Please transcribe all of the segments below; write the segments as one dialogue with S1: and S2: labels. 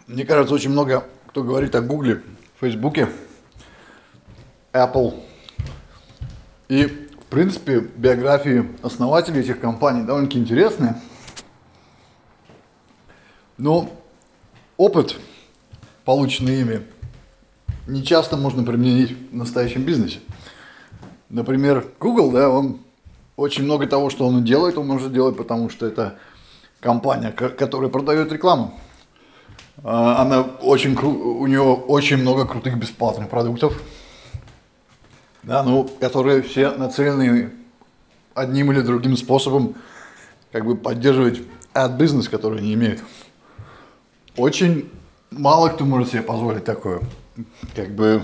S1: Мне кажется, очень много кто говорит о Гугле, Фейсбуке, Apple. И, в принципе, биографии основателей этих компаний довольно-таки интересные. Но опыт, полученный ими, не часто можно применить в настоящем бизнесе. Например, Google, да, он очень много того, что он делает, он может делать, потому что это компания, которая продает рекламу. У нее очень много крутых бесплатных продуктов, да, ну, которые все нацелены одним или другим способом как бы поддерживать ad-бизнес, который они имеют. Очень мало кто может себе позволить такое. Как бы,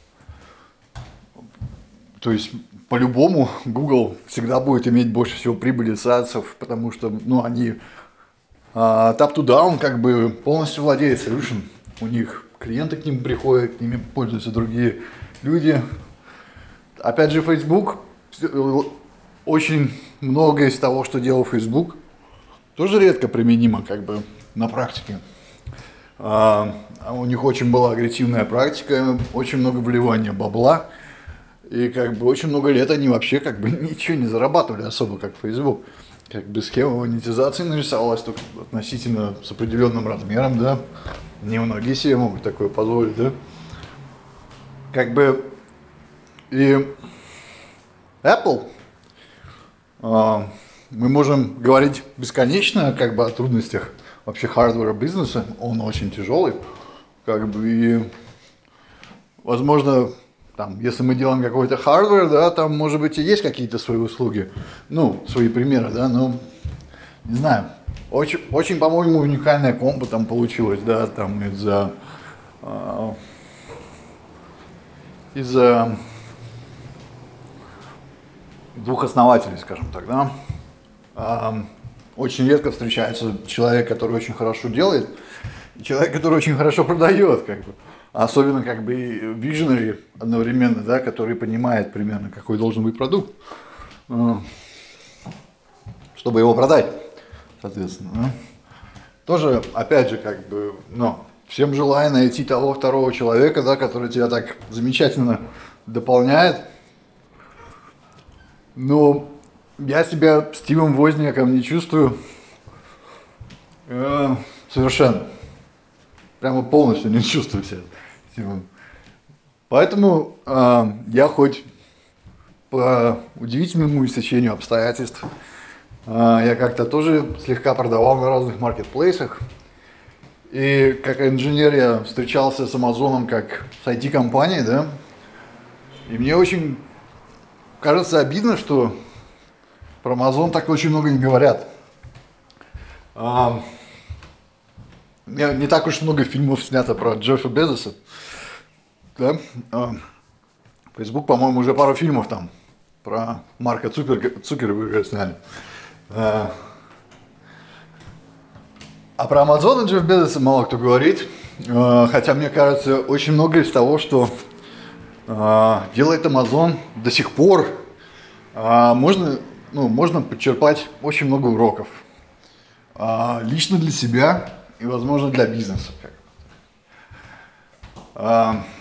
S1: то есть, по-любому, Google всегда будет иметь больше всего прибыли с адсов, потому что, ну, они top-to-down как бы полностью владеют solution. У них клиенты к ним приходят, к ними пользуются другие люди. Опять же, Facebook, очень многое из того, что делал Facebook, тоже редко применимо как бы на практике. У них очень была агрессивная практика, очень много вливания бабла. И как бы очень много лет они вообще как бы ничего не зарабатывали особо, как Facebook. Как бы схема монетизации нарисовалась только относительно с определенным размером, да. Немногие себе могут такое позволить, да. Как бы и Apple, мы можем говорить бесконечно как бы о трудностях вообще хардвера бизнеса, он очень тяжелый, как бы и, возможно, там, если мы делаем какой-то хардвер, да, там, может быть, и есть какие-то свои услуги, ну, свои примеры, да, но, не знаю, очень, по-моему, уникальная комбо там получилась, да, там, из-за двух основателей, скажем так, да. Очень редко встречается человек, который очень хорошо делает, и человек, который очень хорошо продает, как бы. Особенно как бы visionary одновременно, да, который понимает примерно, какой должен быть продукт, чтобы его продать, соответственно. Да. Тоже, опять же, как бы, ну, всем желаю найти того второго человека, да, который тебя так замечательно дополняет. Но я себя Стивом Возниаком не чувствую совершенно. Прямо полностью не чувствую себя Стивом. Поэтому я хоть по удивительному истечению обстоятельств, я как-то тоже слегка продавал на разных маркетплейсах. И как инженер я встречался с Амазоном как с IT-компанией, да. И мне очень кажется обидно, что про Amazon так очень много не говорят. Не так уж много фильмов снято про Джеффа Безоса. Да? Facebook, по-моему, уже пару фильмов там про Марка Цукерберга сняли. А про Amazon и Джеффа Безоса мало кто говорит. Хотя, мне кажется, очень много из того, что делает Amazon до сих пор, можно подчерпать очень много уроков. Лично для себя и, возможно, для бизнеса.